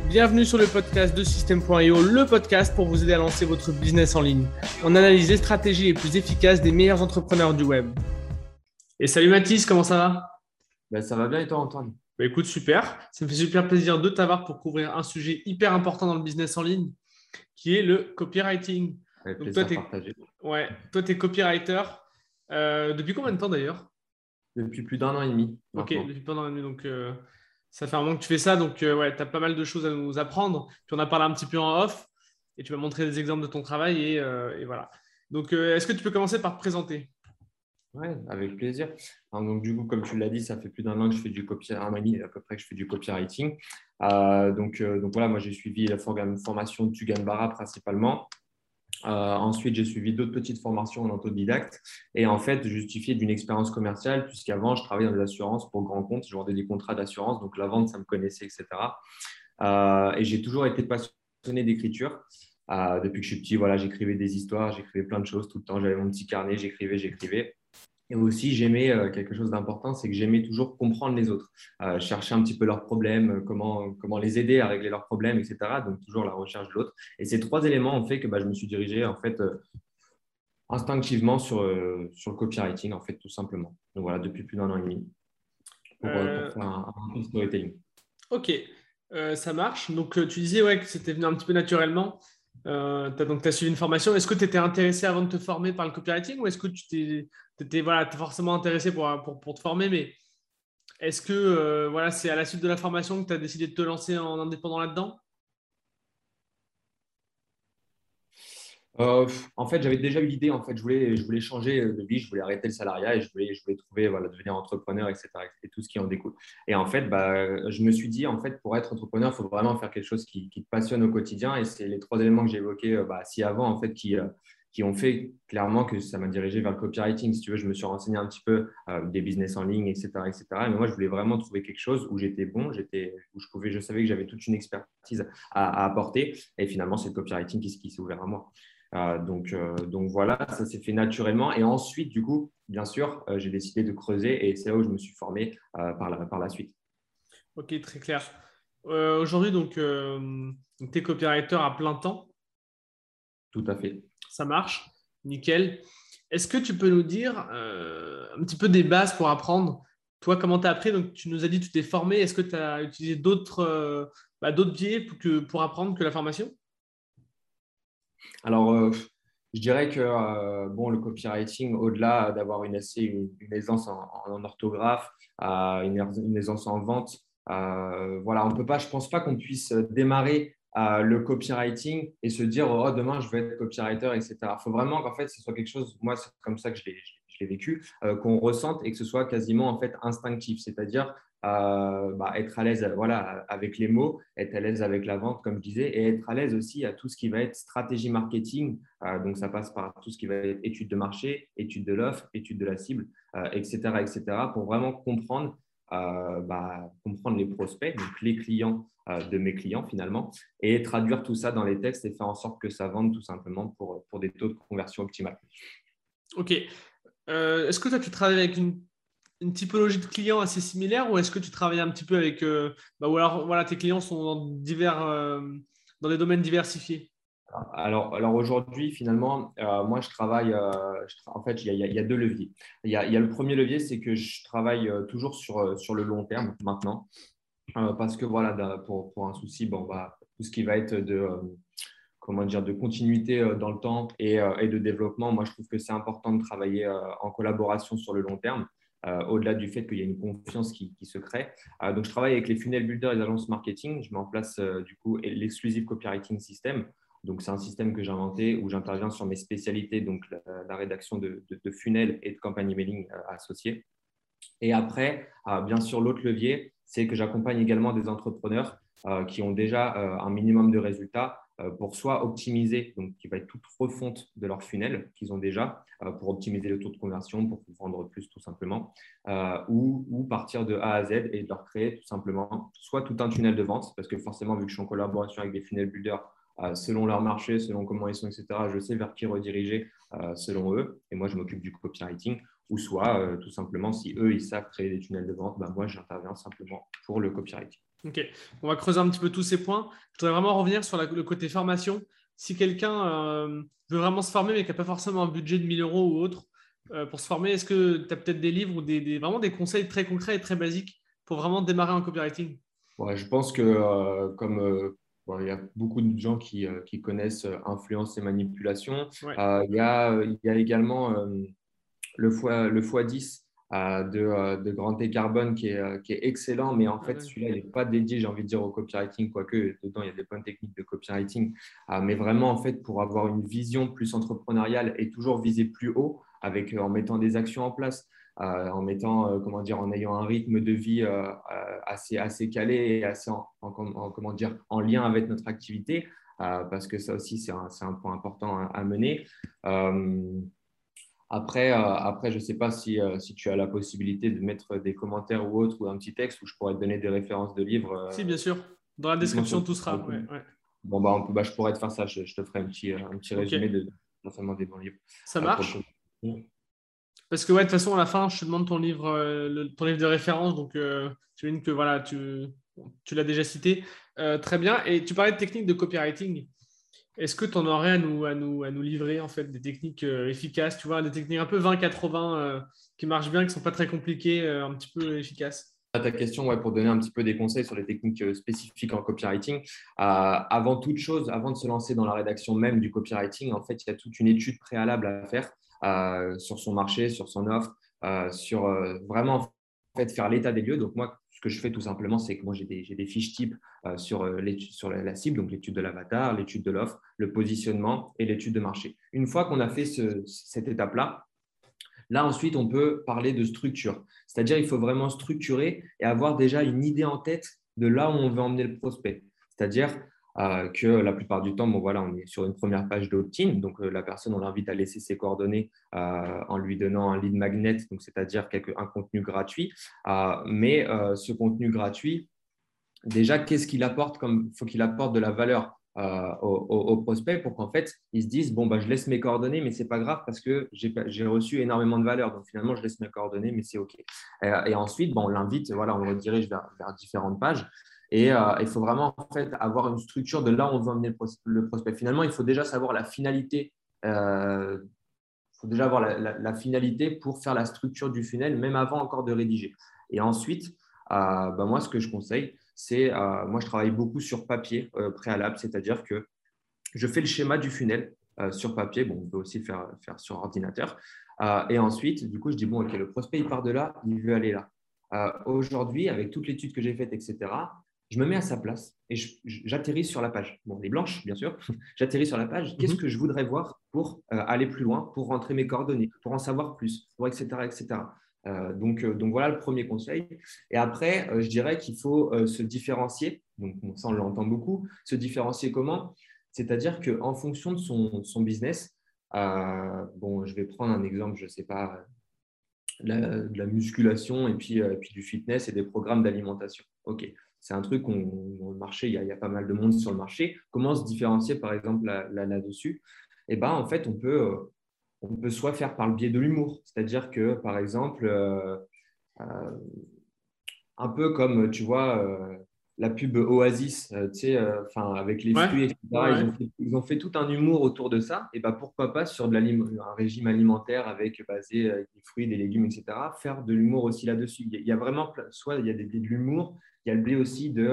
Bienvenue sur le podcast de System.io, le podcast pour vous aider à lancer votre business en ligne. On analyse les stratégies les plus efficaces des meilleurs entrepreneurs du web. Et salut Mathis, comment ça va? Ça va bien et toi, Antoine? Écoute, super. Ça me fait super plaisir de t'avoir pour couvrir un sujet hyper important dans le business en ligne, qui est le copywriting. Avec Donc toi, plaisir partagé. t'es copywriter. Depuis combien de temps d'ailleurs? Depuis plus d'un an et demi Ok, maintenant. depuis pendant l'année, donc ça fait un moment que tu fais ça, donc ouais, tu as pas mal de choses à nous apprendre. Puis on a parlé un petit peu en off, et tu m'as montré des exemples de ton travail, et voilà. Donc, est-ce que tu peux commencer par te présenter? Ouais, avec plaisir. Alors, donc, du coup, comme tu l'as dit, ça fait plus d'un an que je fais du un an et demi à peu près que je fais du copywriting. Donc voilà, moi j'ai suivi la formation de Tugan Bara principalement. Ensuite, j'ai suivi d'autres petites formations en autodidacte et en fait, justifié d'une expérience commerciale, puisqu'avant, je travaillais dans les assurances pour grand compte, je vendais des contrats d'assurance, donc la vente, ça me connaissait, etc. Et j'ai toujours été passionné d'écriture. Depuis que je suis petit, voilà, j'écrivais des histoires, j'écrivais plein de choses tout le temps. J'avais mon petit carnet, j'écrivais. Et aussi, j'aimais quelque chose d'important, c'est que j'aimais toujours comprendre les autres, chercher un petit peu leurs problèmes, comment les aider à régler leurs problèmes, etc. Donc, toujours la recherche de l'autre. Et ces trois éléments ont fait que je me suis dirigé en fait, instinctivement sur le copywriting, en fait, tout simplement. Donc, voilà, depuis plus d'un an et demi pour Euh, faire un peu de storytelling. ok, ça marche. Donc, tu disais ouais, que c'était venu un petit peu naturellement. Donc, tu as suivi une formation. Est-ce que tu étais intéressé avant de te former par le copywriting ou est-ce que t'es voilà, t'es forcément intéressé pour te former, mais est-ce que voilà, c'est à la suite de la formation que tu as décidé de te lancer en indépendant là-dedans? En fait, j'avais déjà eu l'idée. En fait, je voulais changer de vie, je voulais arrêter le salariat et je voulais trouver, voilà, devenir entrepreneur, etc. Et tout ce qui en découle. Et en fait, je me suis dit, en fait, pour être entrepreneur, il faut vraiment faire quelque chose qui te passionne au quotidien. Et c'est les trois éléments que j'ai évoqués ci avant, en fait, qui ont fait clairement que ça m'a dirigé vers le copywriting. Si tu veux, je me suis renseigné un petit peu des business en ligne, etc., etc. Mais moi, je voulais vraiment trouver quelque chose où j'étais bon, je savais que j'avais toute une expertise à apporter. Et finalement, c'est le copywriting qui s'est ouvert à moi. Donc voilà, ça s'est fait naturellement. Et ensuite, du coup, bien sûr, j'ai décidé de creuser et c'est là où je me suis formé par la suite. Ok, très clair. Aujourd'hui, tu es copywriter à plein temps. Tout à fait. Ça marche. Nickel. Est-ce que tu peux nous dire un petit peu des bases pour apprendre? Toi, comment tu as appris? Donc, tu nous as dit que tu t'es formé. Est-ce que tu as utilisé d'autres biais pour apprendre que la formation? Alors, je dirais que bon, le copywriting, au-delà d'avoir une aisance en orthographe, une aisance en vente, voilà, on peut pas, je pense pas qu'on puisse démarrer le copywriting et se dire oh, demain je vais être copywriter, etc. Il faut vraiment qu'en fait ce soit quelque chose, moi c'est comme ça que je l'ai vécu, qu'on ressente et que ce soit quasiment en fait instinctif, c'est-à-dire être à l'aise voilà, avec les mots, être à l'aise avec la vente, comme je disais, et être à l'aise aussi à tout ce qui va être stratégie marketing. Donc, ça passe par tout ce qui va être étude de marché, étude de l'offre, étude de la cible, etc., pour vraiment comprendre les prospects, donc les clients de mes clients finalement, et traduire tout ça dans les textes et faire en sorte que ça vende tout simplement pour des taux de conversion optimales. Ok. Est-ce que toi, tu travailles avec une typologie de clients assez similaire ou est-ce que tu travailles un petit peu avec ou alors voilà, tes clients sont dans des domaines diversifiés? Alors aujourd'hui, finalement, moi, je travaille. En fait, il y a deux leviers. Il y a le premier levier, c'est que je travaille toujours sur le long terme maintenant. Parce que voilà, pour un souci, tout ce qui va être comment dire, de continuité dans le temps et de développement, moi, je trouve que c'est important de travailler en collaboration sur le long terme. Au-delà du fait qu'il y a une confiance qui se crée. Donc, je travaille avec les funnel builders et les agences marketing. Je mets en place du coup l'exclusive copywriting system. Donc, c'est un système que j'ai inventé où j'interviens sur mes spécialités, donc la rédaction de funnels et de campagnes emailing associées. Et après, bien sûr, l'autre levier, c'est que j'accompagne également des entrepreneurs qui ont déjà un minimum de résultats pour soit optimiser, donc qui va être toute refonte de leur funnel qu'ils ont déjà, pour optimiser le taux de conversion, pour vendre plus tout simplement, ou partir de A à Z et de leur créer tout simplement soit tout un tunnel de vente, parce que forcément, vu que je suis en collaboration avec des funnel builders, selon leur marché, selon comment ils sont, etc., je sais vers qui rediriger selon eux. Et moi, je m'occupe du copywriting ou soit tout simplement si eux ils savent créer des tunnels de vente, moi j'interviens simplement pour le copywriting. Ok, on va creuser un petit peu tous ces points. Je voudrais vraiment revenir sur le côté formation. Si quelqu'un veut vraiment se former, mais qui n'a pas forcément un budget de 1000 € ou autre pour se former, est-ce que tu as peut-être des livres ou vraiment des conseils très concrets et très basiques pour vraiment démarrer en copywriting? Ouais, je pense que comme bon, il y a beaucoup de gens qui connaissent influence et manipulation, Ouais, il y a également le x10 de Grand T Carbone qui est excellent, mais en ah, fait, celui-là, il n'est pas dédié, j'ai envie de dire, au copywriting, quoique dedans, il y a des bonnes techniques de copywriting, mais vraiment, en fait, pour avoir une vision plus entrepreneuriale et toujours viser plus haut en mettant des actions en place. En mettant, comment dire, en ayant un rythme de vie assez calé et assez comment dire, en lien avec notre activité, parce que ça aussi, c'est un point important à mener. Euh, après, je ne sais pas si tu as la possibilité de mettre des commentaires ou autre ou un petit texte où je pourrais te donner des références de livres si, bien sûr. Dans la uniquement sur description, le tout sera. Ouais, copywriting. ouais. Bon, je pourrais te faire ça. Je te ferai un petit Ok, résumé de non seulement des bons livres ça pour le marche. copywriting. Parce que, ouais, de toute façon, à la fin, je te demande ton livre, ton livre de référence. Donc, j'imagine que voilà, tu l'as déjà cité. Très bien. Et tu parlais de techniques de copywriting. Est-ce que tu en aurais à nous livrer, en fait, des techniques efficaces, tu vois, des techniques un peu 20-80 qui marchent bien, qui ne sont pas très compliquées, un petit peu efficaces? À ta question, ouais, pour donner un petit peu des conseils sur les techniques spécifiques en copywriting, avant toute chose, avant de se lancer dans la rédaction même du copywriting, en fait, il y a toute une étude préalable à faire sur son marché, sur son offre, sur vraiment en fait, faire l'état des lieux. Donc, moi, ce que je fais tout simplement, c'est que moi, j'ai des fiches types sur sur la cible, donc l'étude de l'avatar, l'étude de l'offre, le positionnement et l'étude de marché. Une fois qu'on a fait cette étape-là, là, ensuite, on peut parler de structure. C'est-à-dire, il faut vraiment structurer et avoir déjà une idée en tête de là où on veut emmener le prospect. C'est-à-dire que la plupart du temps, bon, voilà, on est sur une première page d'opt-in. Donc, la personne, on l'invite à laisser ses coordonnées en lui donnant un lead magnet, donc c'est-à-dire un contenu gratuit. Mais ce contenu gratuit, déjà, qu'est-ce qu'il apporte comme il faut qu'il apporte de la valeur au prospect pour qu'en fait, ils se disent, bon, bah, je laisse mes coordonnées, mais ce n'est pas grave parce que j'ai reçu énormément de valeur. Donc, finalement, je laisse mes coordonnées, mais c'est OK. Et ensuite, bon, on l'invite, voilà, on le redirige vers différentes pages. Et il faut vraiment en fait, avoir une structure de là où on veut emmener le prospect. Finalement, il faut déjà savoir la finalité. Il faut déjà avoir la finalité pour faire la structure du funnel, même avant encore de rédiger. Et ensuite, bah, moi, ce que je conseille, c'est, moi, je travaille beaucoup sur papier préalable, c'est-à-dire que je fais le schéma du funnel sur papier. Bon, on peut aussi faire sur ordinateur. Et ensuite, du coup, je dis, bon, OK, le prospect, il part de là, il veut aller là. Aujourd'hui, avec toute l'étude que j'ai faite, etc., je me mets à sa place et j'atterris sur la page. Bon, elle est blanche, bien sûr. J'atterris sur la page. Qu'est-ce que Mhm. je voudrais voir pour aller plus loin, pour rentrer mes coordonnées, pour en savoir plus, pour etc. etc. Donc, voilà le premier conseil. Et après, je dirais qu'il faut se différencier. Donc, ça, on l'entend beaucoup. Se différencier comment? C'est-à-dire qu'en fonction de son business, bon, je vais prendre un exemple, je ne sais pas, de la musculation et puis du fitness et des programmes d'alimentation. OK, c'est un truc dans le marché, il y a pas mal de monde sur le marché. Comment se différencier, par exemple, là-dessus? Eh ben, en fait, on peut soit faire par le biais de l'humour, c'est-à-dire que, par exemple, euh, un peu comme, tu vois, la pub Oasis, tu sais, avec les Ouais, fruits, etc. ouais, Ils ont fait tout un humour autour de ça. Et bah, pourquoi pas sur un régime alimentaire basé des fruits, des légumes, etc. Faire de l'humour aussi là-dessus. Il y a vraiment, soit il y a de l'humour, il y a le biais aussi de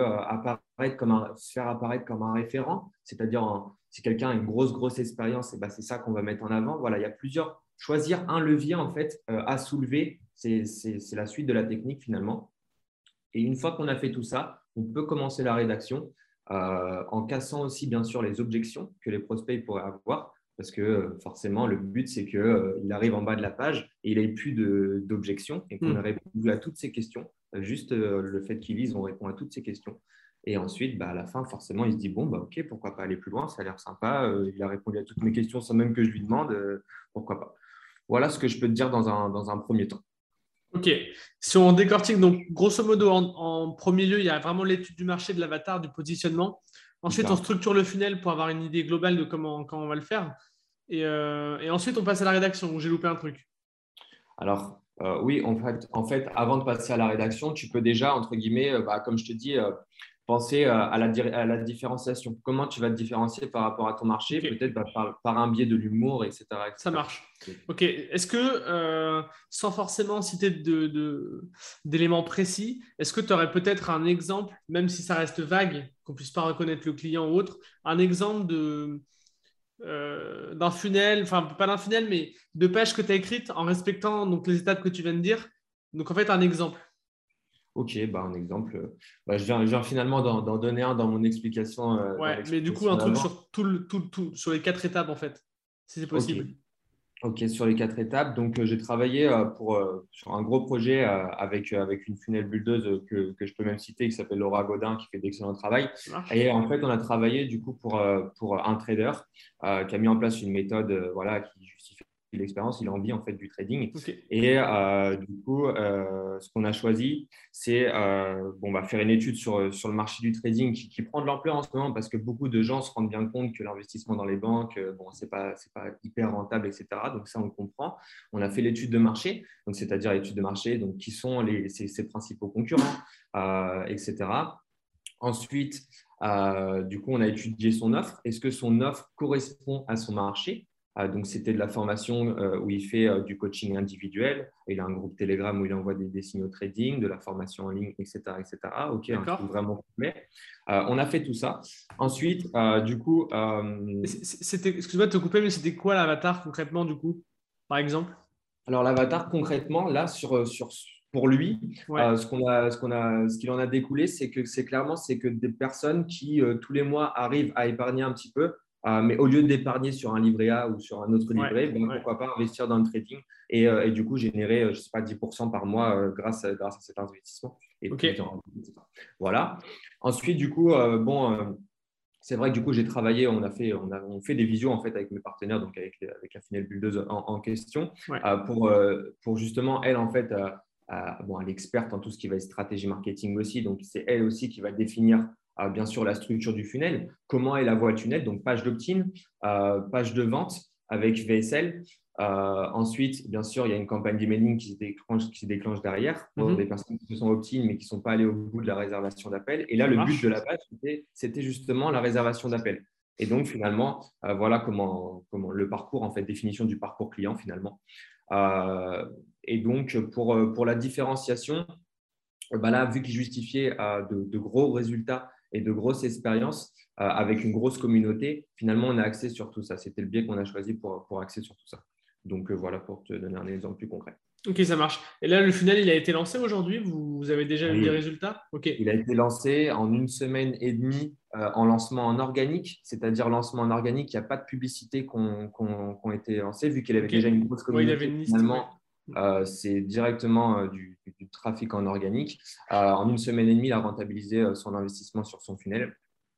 se faire apparaître comme un référent, c'est-à-dire si quelqu'un a une grosse expérience, et bah, c'est ça qu'on va mettre en avant. Voilà, il y a plusieurs. Choisir un levier en fait à soulever, c'est la suite de la technique finalement. Et une fois qu'on a fait tout ça, on peut commencer la rédaction en cassant aussi, bien sûr, les objections que les prospects pourraient avoir. Parce que forcément, le but, c'est qu'il arrive en bas de la page et il n'ait plus d'objections et qu'on ait Hmm. répondu à toutes ces questions. Juste le fait qu'il lise, on répond à toutes ces questions. Et ensuite, bah, à la fin, forcément, il se dit, bon, bah, OK, pourquoi pas aller plus loin, ça a l'air sympa. Il a répondu à toutes mes questions sans même que je lui demande, pourquoi pas. Voilà ce que je peux te dire dans un premier temps. Ok. Si on décortique, donc grosso modo, en premier lieu, il y a vraiment l'étude du marché, de l'avatar, du positionnement. C'est Ensuite, on ça. structure le funnel pour avoir une idée globale de comment on va le faire. Et ensuite, on passe à la rédaction, où j'ai loupé un truc. Alors, Oui, en fait, avant de passer à la rédaction, tu peux déjà, entre guillemets, comme je te dis, penser à la différenciation. Comment tu vas te différencier par rapport à ton marché, Ok. peut-être par un biais de l'humour, etc., Ça etc. marche. Ok. Est-ce que, sans forcément citer d'éléments précis, est-ce que tu aurais peut-être un exemple, même si ça reste vague, qu'on puisse pas reconnaître le client ou autre, un exemple d'un funnel, enfin pas d'un funnel, mais de pages que tu as écrites en respectant donc, les étapes que tu viens de dire. Donc en fait, un exemple. Ok, un exemple. Je viens finalement d'en donner un dans mon explication, Ouais, mais du coup, un truc d'avant. sur sur les 4 étapes, en fait, si c'est Ok. possible. Ok, sur les 4 étapes. Donc, j'ai travaillé sur un gros projet avec une funnel buildeuse que je peux même citer, qui s'appelle Laura Godin, qui fait d'excellent travail. Ça marche? Et en fait, on a travaillé du coup pour un trader qui a mis en place une méthode voilà, qui justifie l'expérience. Il a envie en fait du trading. Ok. Et du coup, ce qu'on a choisi, c'est faire une étude sur le marché du trading qui prend de l'ampleur en ce moment parce que beaucoup de gens se rendent bien compte que l'investissement dans les banques, c'est pas hyper rentable, etc. Donc ça, on le comprend. On a fait l'étude de marché, donc c'est-à-dire l'étude de marché, donc qui sont ses principaux concurrents, etc. Ensuite, du coup, on a étudié son offre. Est-ce que son offre correspond à son marché? Donc, c'était de la formation où il fait du coaching individuel. Il a un groupe Telegram où il envoie des signaux trading, de la formation en ligne, etc., etc. OK, un truc D'accord. vraiment complet. On a fait tout ça. Ensuite, du coup, Excuse-moi de te couper, mais c'était quoi l'avatar concrètement, du coup, par exemple? alors l'avatar, concrètement, là, pour lui, Ouais. ce qu'il en a découlé, c'est que des personnes qui, tous les mois, arrivent à épargner un petit peu, mais au lieu d'épargner sur un livret A ou sur un autre Ouais. livret, Ouais. pourquoi pas investir dans le trading et du coup générer, je sais pas, 10% par mois grâce à cet investissement et Ok. plus de rendement, etc. Voilà. Ensuite, du coup, c'est vrai que du coup, j'ai travaillé, on fait des visios en fait avec mes partenaires, donc avec la Finelle Buildeuse en question, Ouais. pour justement, elle, en fait, elle est experte en tout ce qui va être stratégie marketing aussi, donc c'est elle aussi qui va définir bien sûr la structure du funnel, comment elle la voit le tunnel, donc page d'opt-in, page de vente avec VSL. Ensuite, bien sûr, il y a une campagne d'emailing qui se déclenche derrière pour des Mhm. personnes qui se sont opt-in mais qui ne sont pas allées au bout de la réservation d'appel. Et là, Ça le but de marche. la page, c'était justement la réservation d'appel. Et donc, finalement, voilà comment le parcours, en fait, définition du parcours client, finalement. Euh, et donc, pour la différenciation, là, vu qu'il justifiait de gros résultats et de grosses expériences avec une grosse communauté, finalement, on a axé sur tout ça. C'était le biais qu'on a choisi pour axer sur tout ça. Donc, voilà, pour te donner un exemple plus concret. Ok, ça marche. Et là, le funnel, il a été lancé aujourd'hui? Vous avez déjà eu des Oui, résultats? Ok. il a été lancé en 1 semaine et demie en lancement en organique, c'est-à-dire lancement en organique, il n'y a pas de publicité qui ont été lancées, vu qu'il avait Ok. déjà une grosse Ouais, il avait communauté. une liste. Ouais. Finalement, c'est directement du trafic en organique. En 1 semaine et demie, il a rentabilisé son investissement sur son funnel.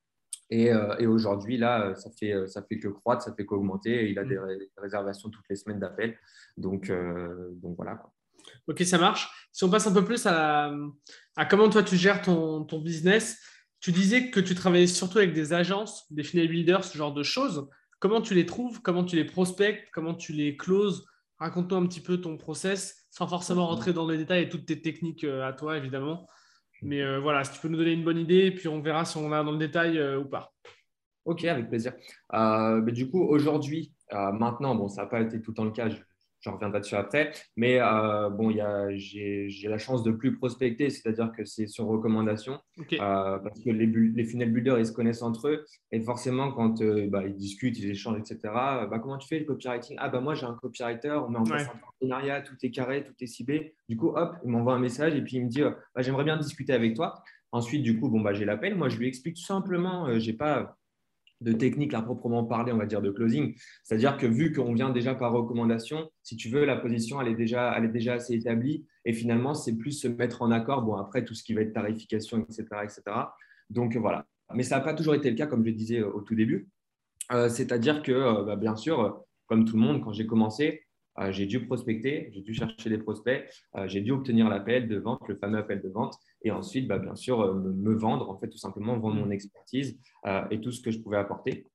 Et aujourd'hui, là, ça fait que croître, ça fait qu'augmenter. Et il a des Mm. réservations toutes les semaines d'appel. Donc voilà, quoi. Ok, ça marche. Si on passe un peu plus à comment toi tu gères ton business, tu disais que tu travaillais surtout avec des agences, des funnel builders, ce genre de choses. Comment tu les trouves? Comment tu les prospectes? Comment tu les closes? Raconte-nous un petit peu ton process, sans forcément rentrer dans les détails et toutes tes techniques à toi, évidemment. Mais voilà, si tu peux nous donner une bonne idée, et puis on verra si on a dans le détail ou pas. Ok, avec plaisir. Mais du coup, aujourd'hui, maintenant, bon, ça n'a pas été tout le temps le cas, je reviendrai dessus après, mais bon, j'ai la chance de plus prospecter, c'est-à-dire que c'est sur recommandation, Ok, parce que les funnel builders, ils se connaissent entre eux, et forcément, quand ils discutent, ils échangent, etc., comment tu fais le copywriting? Ah, moi, j'ai un copywriter, on met en place ouais. un partenariat, tout est carré, tout est ciblé. Du coup, hop, il m'envoie un message, et puis il me dit, j'aimerais bien discuter avec toi. Ensuite, du coup, j'ai l'appel. Moi, je lui explique tout simplement, j'ai pas de technique à proprement parler, on va dire, de closing. C'est-à-dire que vu qu'on vient déjà par recommandation, si tu veux, la position, elle est déjà assez établie. Et finalement, c'est plus se mettre en accord. Bon, après, tout ce qui va être tarification, etc. etc. Donc, voilà. Mais ça n'a pas toujours été le cas, comme je le disais au tout début. C'est-à-dire que, bien sûr, comme tout le monde, quand j'ai commencé, j'ai dû prospecter, j'ai dû chercher des prospects, j'ai dû obtenir l'appel de vente, le fameux appel de vente, et ensuite, bien sûr, me vendre, en fait, tout simplement, vendre mon Hmm. expertise et tout ce que je pouvais apporter.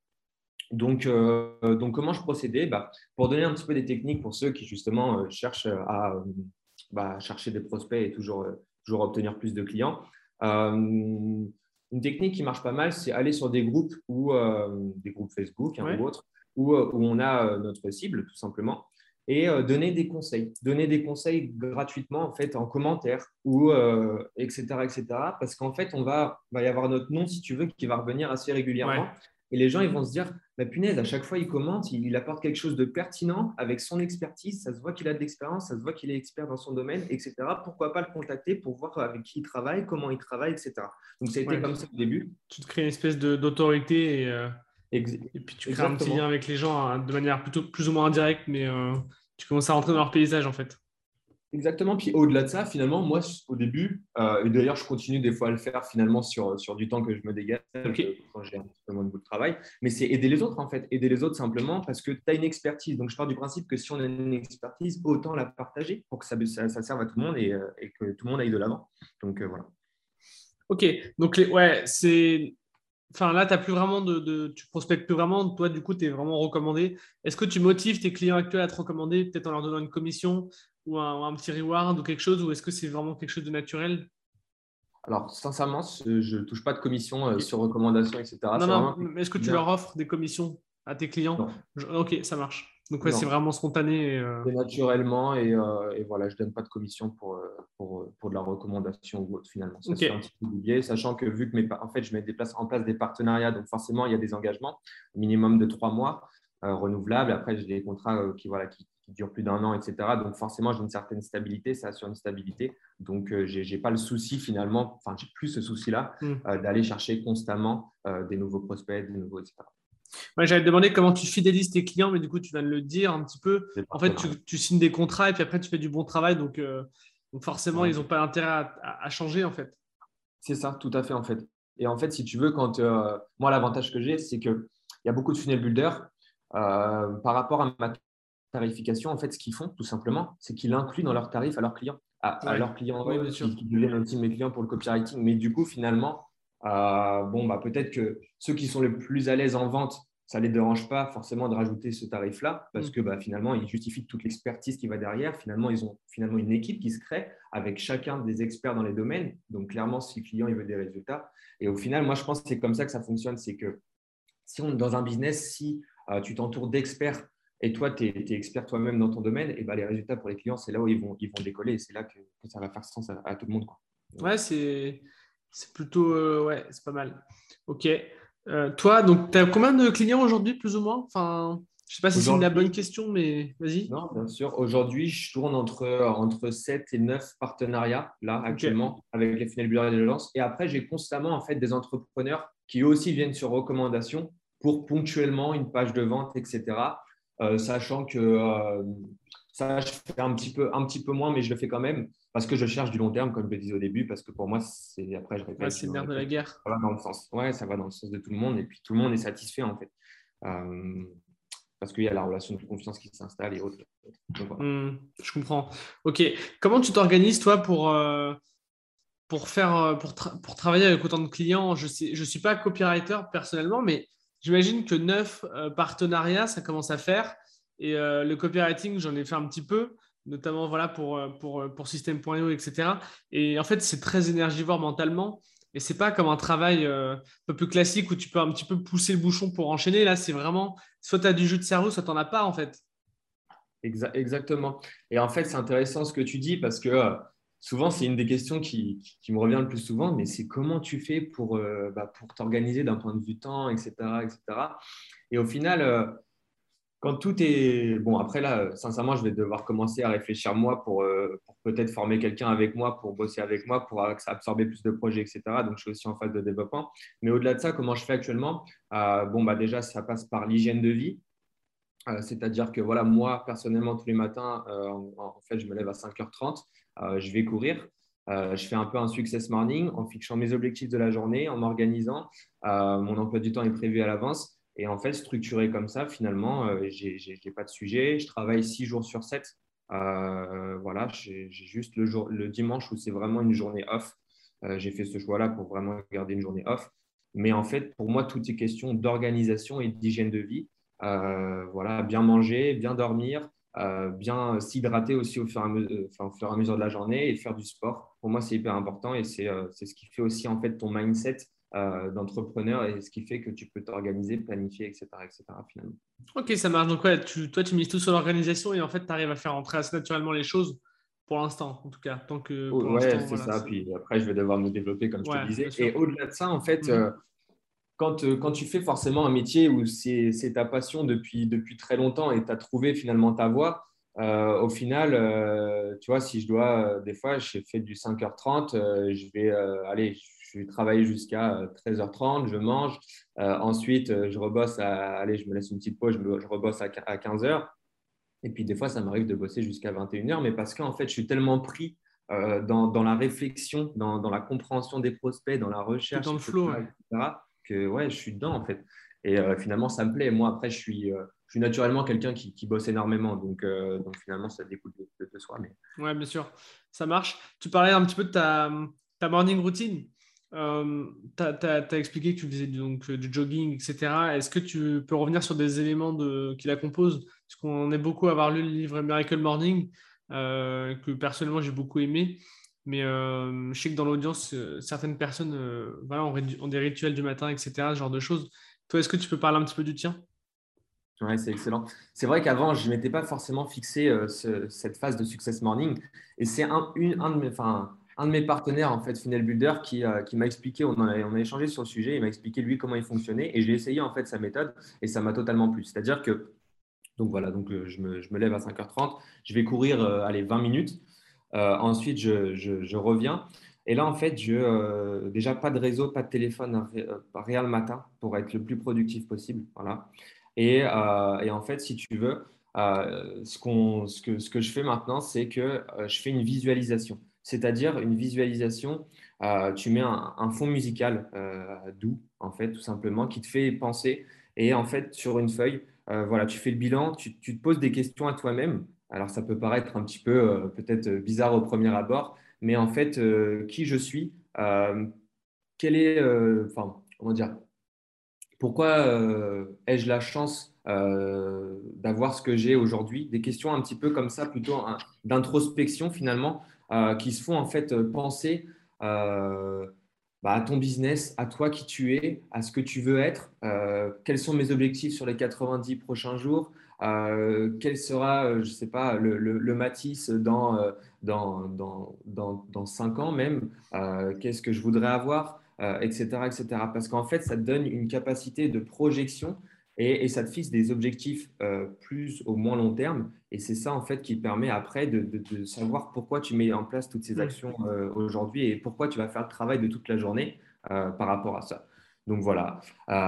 Donc comment je procédais? Pour donner un petit peu des techniques pour ceux qui, justement, cherchent chercher des prospects et toujours obtenir plus de clients. Une technique qui marche pas mal, c'est aller sur des groupes des groupes Facebook ou autres, où on a notre cible tout simplement, et donner des conseils. Donner des conseils gratuitement en fait en commentaire etc., etc. Parce qu'en fait, va y avoir notre nom, si tu veux, qui va revenir assez régulièrement. Ouais. Et les gens, ils vont se dire, bah, punaise, à chaque fois, il commente, il apporte quelque chose de pertinent avec son expertise. Ça se voit qu'il a de l'expérience, ça se voit qu'il est expert dans son domaine, etc. Pourquoi pas le contacter pour voir avec qui il travaille, comment il travaille, etc. Donc, ça a été comme ça au début. Tu te crées une espèce d'autorité et puis tu crées un petit Exactement. lien avec les gens hein, de manière plutôt plus ou moins indirecte, mais tu commences à rentrer dans leur paysage en fait. Exactement. Puis au-delà de ça, finalement, moi, au début, et d'ailleurs, je continue des fois à le faire finalement sur du temps que je me dégage Ok. quand j'ai un petit peu moins de bout de travail, mais c'est aider les autres en fait. Aider les autres simplement parce que tu as une expertise. Donc, je pars du principe que si on a une expertise, autant la partager pour que ça serve à tout le monde et que tout le monde aille de l'avant. Donc, voilà. Ok. Donc, ouais, c'est. Enfin, là, t'as plus vraiment tu prospectes plus vraiment. Toi, du coup, tu es vraiment recommandé. Est-ce que tu motives tes clients actuels à te recommander, peut-être en leur donnant une commission ou un petit reward ou quelque chose, ou est-ce que c'est vraiment quelque chose de naturel? Alors, sincèrement, je ne touche pas de commission Ok. sur recommandation, etc. Non, C'est non, vraiment mais est-ce que tu bien. leur offres des commissions à tes clients? Non, Ok, ça marche. Donc, ouais, c'est non. vraiment spontané. C'est naturellement et voilà, je ne donne pas de commission pour de la recommandation ou autre finalement. Ça Ok. se fait un petit peu oublier, sachant que vu que en fait, je mets en place des partenariats, donc forcément, il y a des engagements, minimum de 3 mois renouvelables. Après, j'ai des contrats qui durent plus d'1 an, etc. Donc forcément, j'ai une certaine stabilité, ça assure une stabilité. Donc, je n'ai pas le souci finalement, enfin, j'ai plus ce souci-là Hmm. d'aller chercher constamment des nouveaux prospects, des nouveaux, etc. Ouais, j'allais te demander comment tu fidélises tes clients, mais du coup, tu viens de le dire un petit peu. Des En fait, partenariats. tu signes des contrats et puis après, tu fais du bon travail. Donc forcément, Ouais. ils n'ont pas intérêt à changer, en fait. C'est ça, tout à fait en fait. Et en fait, si tu veux, moi, l'avantage que j'ai, c'est qu'il y a beaucoup de funnel builders. Par rapport à ma tarification, en fait, ce qu'ils font, tout simplement, c'est qu'ils l'incluent dans leurs tarifs à Ouais. leurs clients Oui, bien sûr. qui deviennent aussi mes clients pour le copywriting. Mais du coup, finalement, peut-être que ceux qui sont les plus à l'aise en vente, ça ne les dérange pas forcément de rajouter ce tarif-là parce Hmm. que finalement, ils justifient toute l'expertise qui va derrière. Finalement, ils ont finalement une équipe qui se crée avec chacun des experts dans les domaines. Donc, clairement, si le client il veut des résultats. Et au final, moi, je pense que c'est comme ça que ça fonctionne. C'est que si on est dans un business, si tu t'entoures d'experts et toi, tu es expert toi-même dans ton domaine, et les résultats pour les clients, c'est là où ils vont décoller et c'est là que ça va faire sens à tout le monde, quoi. Ouais, c'est plutôt. Ouais, c'est pas mal. Ok. Toi, donc, tu as combien de clients aujourd'hui, plus ou moins? Enfin, je sais pas si c'est la bonne Aujourd'hui, question, mais vas-y. non, bien sûr. Aujourd'hui, je tourne entre 7 et 9 partenariats, là, Ok. actuellement, avec les funnel builders et les agences. Et après, j'ai constamment, en fait, des entrepreneurs qui eux aussi viennent sur recommandation pour ponctuellement une page de vente, etc. Sachant que ça, je fais un petit peu moins, mais je le fais quand même parce que je cherche du long terme, comme je le disais au début, parce que pour moi, après, Ouais, c'est le nerf de la guerre. ça va dans le sens. Ouais, ça va dans le sens de tout le monde et puis tout le monde est satisfait, en fait. Euh, Parce qu'il y a la relation de confiance qui s'installe et autres. Donc, voilà. Je comprends. Ok. Comment tu t'organises, toi, pour travailler avec autant de clients? Je suis pas copywriter personnellement, mais j'imagine que 9 partenariats, ça commence à faire. Et le copywriting, j'en ai fait un petit peu, notamment voilà, pour System.io, etc. Et en fait, c'est très énergivore mentalement. Et c'est pas comme un travail un peu plus classique où tu peux un petit peu pousser le bouchon pour enchaîner. Là, c'est vraiment soit tu as du jus de cerveau, soit tu n'en as pas, en fait. Exactement. Et en fait, c'est intéressant ce que tu dis parce que souvent, c'est une des questions qui me revient le plus souvent, mais c'est comment tu fais pour t'organiser d'un point de vue temps, etc., etc. Et cetera. Et au final, quand tout est… Bon, après là, sincèrement, je vais devoir commencer à réfléchir moi pour peut-être former quelqu'un avec moi, pour bosser avec moi, pour absorber plus de projets, etc. Donc, je suis aussi en phase de développement. Mais au-delà de ça, comment je fais actuellement? Déjà, ça passe par l'hygiène de vie. C'est-à-dire que voilà, moi, personnellement, tous les matins, en fait, je me lève à 5h30, je vais courir. Je fais un peu un success morning en fixant mes objectifs de la journée, en m'organisant. Mon emploi du temps est prévu à l'avance. Et en fait, structuré comme ça, finalement, je n'ai pas de sujet. Je travaille 6 jours sur 7. Voilà, j'ai juste le dimanche où c'est vraiment une journée off. J'ai fait ce choix-là pour vraiment garder une journée off. Mais en fait, pour moi, tout est question d'organisation et d'hygiène de vie. Voilà, bien manger, bien dormir, bien s'hydrater aussi au fur et à mesure de la journée et faire du sport. Pour moi, c'est hyper important et c'est ce qui fait aussi en fait ton mindset d'entrepreneur et ce qui fait que tu peux t'organiser, planifier, etc., finalement. Ok, ça marche. Donc, ouais, toi, tu mises tout sur l'organisation et en fait, tu arrives à faire entrer assez naturellement les choses pour l'instant, en tout cas. Tant que Oh, pour ouais, l'instant, c'est voilà. ça. Puis après, je vais devoir me développer, comme je te Ouais, bien disais. sûr. Et au-delà de ça, en fait, Mhm. quand tu fais forcément un métier où c'est ta passion depuis très longtemps et tu as trouvé finalement ta voie, au final, tu vois, si je dois, des fois, j'ai fait du 5h30, je vais travailler jusqu'à 13h30, je mange. Ensuite, je rebosse allez, je me laisse une petite pause, je rebosse à 15h. Et puis, des fois, ça m'arrive de bosser jusqu'à 21h, mais parce qu'en fait, je suis tellement pris dans la réflexion, dans la compréhension des prospects, dans la T'es dans recherche, le flow, ouais. etc., que ouais, je suis dedans, en fait. Et finalement, ça me plaît. Moi, après, je suis naturellement quelqu'un qui bosse énormément. Donc, finalement, ça découle de soi. Mais... Ouais, bien sûr. Ça marche. Tu parlais un petit peu de ta morning routine. Tu as expliqué que tu faisais du jogging, etc. Est-ce que tu peux revenir sur des éléments qui la composent? Parce qu'on est beaucoup à avoir lu le livre Miracle Morning, que personnellement j'ai beaucoup aimé. Mais je sais que dans l'audience, certaines personnes voilà, ont des rituels du matin, etc. Ce genre de choses. Toi, est-ce que tu peux parler un petit peu du tien? Ouais, c'est excellent. C'est vrai qu'avant, je ne m'étais pas forcément fixé cette phase de Success Morning. Et c'est un de mes partenaires, en fait, Funnel Builder, qui m'a expliqué, on a échangé sur le sujet, il m'a expliqué lui comment il fonctionnait. Et j'ai essayé, en fait, sa méthode et ça m'a totalement plu. C'est-à-dire que, donc voilà, je me lève à 5h30, je vais courir, allez, 20 minutes. Ensuite, je reviens. Et là, en fait, déjà pas de réseau, pas de téléphone, rien le matin pour être le plus productif possible. Voilà. Et en fait, si tu veux, ce que je fais maintenant, c'est que je fais une visualisation. C'est-à-dire une visualisation, tu mets un fond musical doux, en fait, tout simplement, qui te fait penser. Et en fait, sur une feuille, voilà, tu fais le bilan, tu te poses des questions à toi-même. Alors, ça peut paraître un petit peu peut-être bizarre au premier abord, mais en fait, qui je suis, quel est, enfin, comment dire, pourquoi ai-je la chance d'avoir ce que j'ai aujourd'hui? Des questions un petit peu comme ça, plutôt d'introspection finalement, qui se font en fait penser euh, à ton business, à toi qui tu es, à ce que tu veux être, quels sont mes objectifs sur les 90 prochains jours, quel sera, je ne sais pas, le Matisse dans 5 ans même, qu'est-ce que je voudrais avoir etc., etc. Parce qu'en fait, ça te donne une capacité de projection et ça te fixe des objectifs plus ou moins long terme. Et c'est ça, en fait, qui te permet après de savoir pourquoi tu mets en place toutes ces Hmm. actions aujourd'hui et pourquoi tu vas faire le travail de toute la journée par rapport à ça. Donc voilà.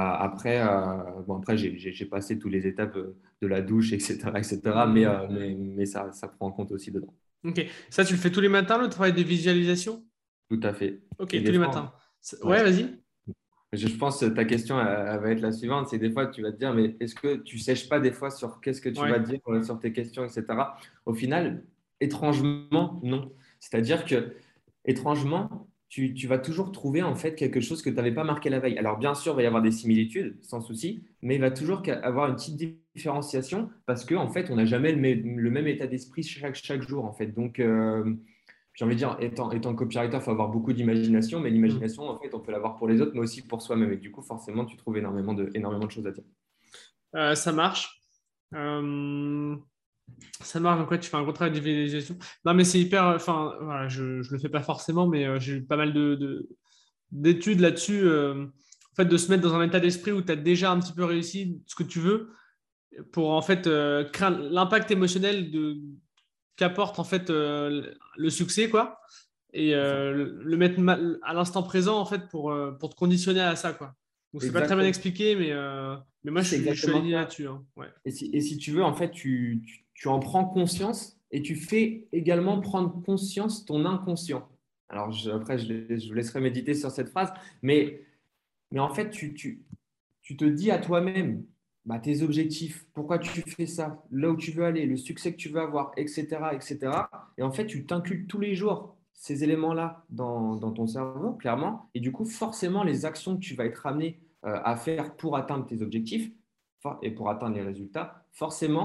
Après, j'ai passé toutes les étapes de la douche, etc., etc. Mais, Hmm. mais ça prend en compte aussi dedans. Ok. Ça, tu le fais tous les matins, le travail de visualisation? Tout à fait. Ok, Et tous des les fois, matins. ouais. Ouais, vas-y. Je pense que ta question elle va être la suivante, c'est des fois tu vas te dire, mais est-ce que tu sèches pas des fois sur qu'est-ce que tu Ouais. vas dire sur tes questions, etc. Au final, étrangement, non. C'est-à-dire que, étrangement, tu vas toujours trouver en fait quelque chose que tu n'avais pas marqué la veille. Alors bien sûr, il va y avoir des similitudes, sans souci, mais il va toujours avoir une petite différenciation parce qu'en fait, on n'a jamais le même état d'esprit chaque jour, en fait. Donc, j'ai envie de dire, étant copywriter, il faut avoir beaucoup d'imagination, mais Hmm. l'imagination, en fait, on peut l'avoir pour les autres, mais aussi pour soi-même. Et du coup, forcément, tu trouves énormément de choses à dire. Ça marche. Euh, Ça marche. Donc, ouais, tu fais un gros travail de visualisation. Non, mais c'est hyper. Enfin, voilà, je ne le fais pas forcément, mais j'ai eu pas mal d'études là-dessus. En fait, de se mettre dans un état d'esprit où tu as déjà un petit peu réussi ce que tu veux pour en fait créer l'impact émotionnel qu'apporte en fait le succès, quoi. Et C'est ça. le mettre à l'instant présent en fait pour te conditionner à ça, quoi. Donc c'est pas très bien Exactement. expliqué, mais moi C'est je suis exactement aligné ça. là-dessus, hein. Ouais. Et si tu veux, en fait, tu en prends conscience et tu fais également prendre conscience ton inconscient. Alors, après, je vous laisserai méditer sur cette phrase, mais en fait, tu te dis à toi-même tes objectifs, pourquoi tu fais ça, là où tu veux aller, le succès que tu veux avoir, etc., etc. Et cetera. Et en fait, tu t'inculques tous les jours ces éléments-là dans ton cerveau, clairement. Et du coup, forcément, les actions que tu vas être amené à faire pour atteindre tes objectifs et pour atteindre les résultats, forcément,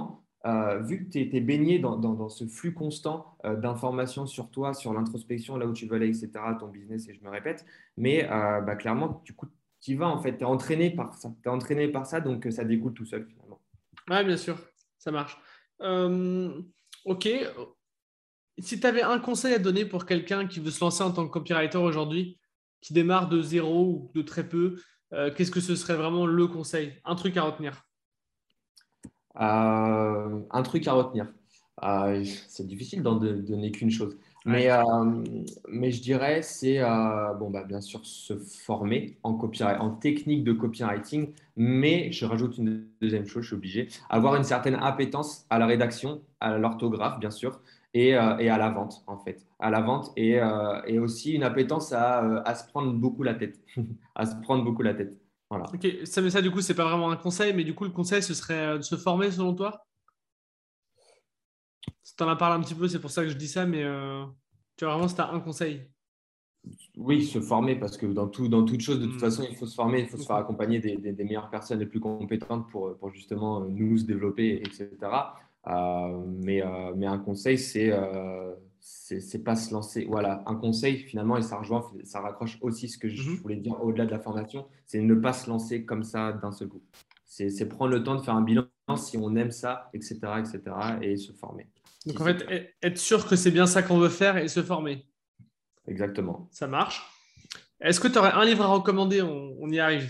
vu que tu es baigné dans ce flux constant d'informations sur toi, sur l'introspection, là où tu veux aller, etc., ton business, et je me répète, mais clairement, du coup, tu y vas en fait, tu es entraîné par ça. Tu es entraîné par ça, donc ça découle tout seul finalement. Ouais, bien sûr, ça marche. Ok. Si tu avais un conseil à donner pour quelqu'un qui veut se lancer en tant que copywriter aujourd'hui, qui démarre de zéro ou de très peu, qu'est-ce que ce serait vraiment le conseil? Un truc à retenir. Un truc à retenir. C'est difficile d'en donner qu'une chose. Ouais. Mais je dirais, c'est bien sûr se former en technique de copywriting. Mais je rajoute une deuxième chose, je suis obligé. Avoir une certaine appétence à la rédaction, à l'orthographe, bien sûr, et à la vente, en fait. À la vente et aussi une appétence à se prendre beaucoup la tête. À se prendre beaucoup la tête. Voilà. Ok, mais ça, du coup, c'est pas vraiment un conseil, mais du coup, le conseil, ce serait de se former selon toi? Tu en as parlé un petit peu, c'est pour ça que je dis ça, mais tu vois vraiment, si tu as un conseil. Oui, se former, parce que dans toute chose, de toute Hmm. façon, il faut se former, il faut se faire Ok. accompagner des meilleures personnes les plus compétentes pour justement nous se développer, etc. Mais un conseil, c'est pas se lancer. Voilà, un conseil, finalement, et ça rejoint, ça raccroche aussi ce que je Mhm. voulais dire au-delà de la formation, c'est ne pas se lancer comme ça d'un seul coup. C'est prendre le temps de faire un bilan si on aime ça, etc., etc., et se former, si Donc, en c'est fait, le cas. être sûr que c'est bien ça qu'on veut faire et se former. Exactement. Ça marche. Est-ce que tu aurais un livre à recommander? On y arrive.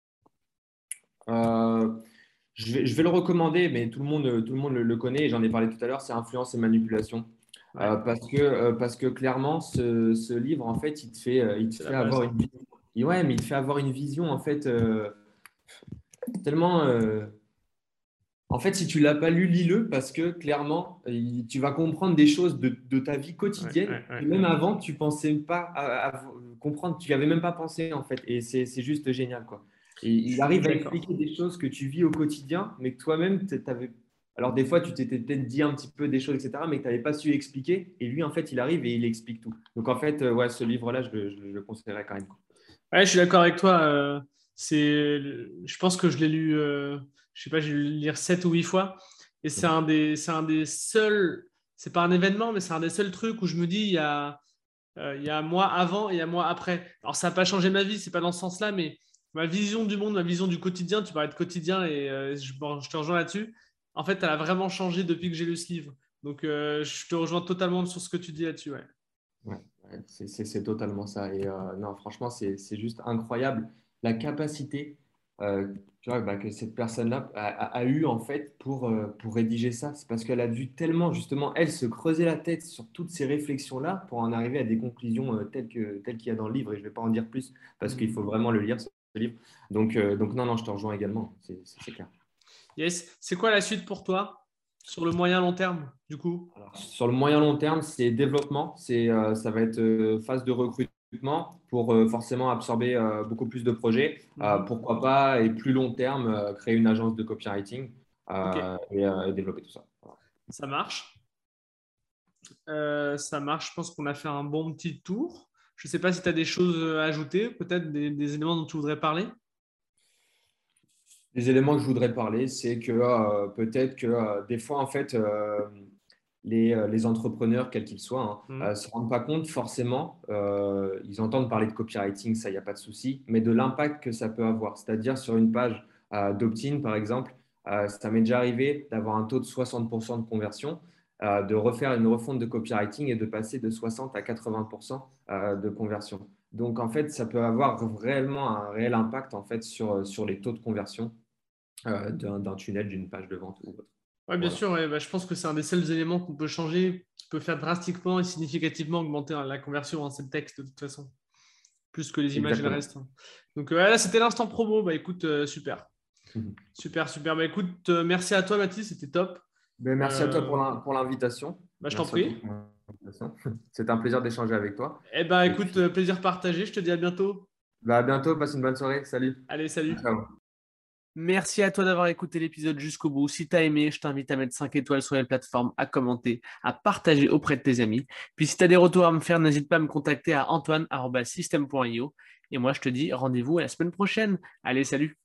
Euh, je vais le recommander, mais tout le monde le connaît et j'en ai parlé tout à l'heure, c'est Influence et Manipulation. Ouais, Parce que clairement, ce livre, en fait, il te c'est la fait base. avoir une vision. Ouais, mais il te fait avoir une vision, en fait, tellement. En fait, si tu l'as pas lu, lis-le parce que clairement, tu vas comprendre des choses de ta vie Ouais, quotidienne ouais, ouais, que même ouais. avant, tu pensais pas comprendre, tu n'y avais même pas pensé en fait. Et c'est juste génial, quoi. Et Je il suis arrive à d'accord. expliquer des choses que tu vis au quotidien, mais que toi-même, tu avais. Alors, des fois, tu t'étais peut-être dit un petit peu des choses, etc., mais que tu n'avais pas su expliquer. Et lui, en fait, il arrive et il explique tout. Donc, en fait, ouais, ce livre-là, je le conseillerais quand même, quoi. Ouais, je suis d'accord avec toi. Je pense que je l'ai lu, je sais pas, j'ai dû le lire 7 ou 8 fois. Et Mhm. c'est un des seuls, c'est pas un événement, mais c'est un des seuls trucs où je me dis, il y a un mois avant et il y a un mois après. Alors, ça n'a pas changé ma vie, c'est pas dans ce sens-là, mais ma vision du monde, ma vision du quotidien, tu parlais de quotidien et je te rejoins là-dessus. En fait, elle a vraiment changé depuis que j'ai lu ce livre. Donc, je te rejoins totalement sur ce que tu dis là-dessus. Ouais. Ouais, ouais, c'est totalement ça. Et non, franchement, c'est juste incroyable la capacité tu vois, que cette personne-là a eu en fait pour rédiger ça. C'est parce qu'elle a dû tellement, justement, elle, se creuser la tête sur toutes ces réflexions-là pour en arriver à des conclusions telles qu'il y a dans le livre. Et je ne vais pas en dire plus parce qu'il Hmm. faut vraiment le lire, ce livre. Donc non, non, je te rejoins également. C'est clair. Yes. C'est quoi la suite pour toi sur le moyen long terme, du coup? Alors, sur le moyen long terme, c'est développement. Ça va être phase de recrutement pour forcément absorber beaucoup plus de projets. Mhm. Pourquoi pas, et plus long terme, créer une agence de copywriting Ok, et développer tout ça. Voilà. ça marche. Ça marche. Je pense qu'on a fait un bon petit tour. Je ne sais pas si tu as des choses à ajouter, peut-être des éléments dont tu voudrais parler. Les éléments que je voudrais parler, c'est que peut-être que des fois, en fait, les entrepreneurs, quels qu'ils soient, Mhm. se rendent pas compte forcément. Ils entendent parler de copywriting, ça, il n'y a pas de souci, mais de l'impact que ça peut avoir. C'est-à-dire sur une page d'opt-in, par exemple, ça m'est déjà arrivé d'avoir un taux de 60% de conversion, de refaire une refonte de copywriting et de passer de 60 à 80% de conversion. Donc, en fait, ça peut avoir réellement un réel impact en fait, sur les taux de conversion d'un tunnel, d'une page de vente ou autre. Ouais, bien Voilà. sûr. Ouais, bah, je pense que c'est un des seuls éléments qu'on peut changer, qui peut faire drastiquement et significativement augmenter la conversion. C'est le texte, de toute façon, plus que les images et le Exactement. reste. Donc, là, c'était l'instant promo. Bah, écoute, super. Mhm. Super, super. Bah, écoute, merci à toi, Mathis. C'était top. Ben, merci à toi Euh, pour l'invitation. Bah, je t'en Merci à toi prie. pour l'invitation. C'est un plaisir d'échanger avec toi. Eh ben, Et écoute, puis, plaisir partagé. Je te dis à bientôt. bah, à bientôt. Passe une bonne soirée. Salut. Allez, salut. Ciao. Merci à toi d'avoir écouté l'épisode jusqu'au bout. Si tu as aimé, je t'invite à mettre 5 étoiles sur les plateformes, à commenter, à partager auprès de tes amis. Puis si tu as des retours à me faire, n'hésite pas à me contacter à antoine@system.io. Et moi, je te dis rendez-vous à la semaine prochaine. Allez, salut!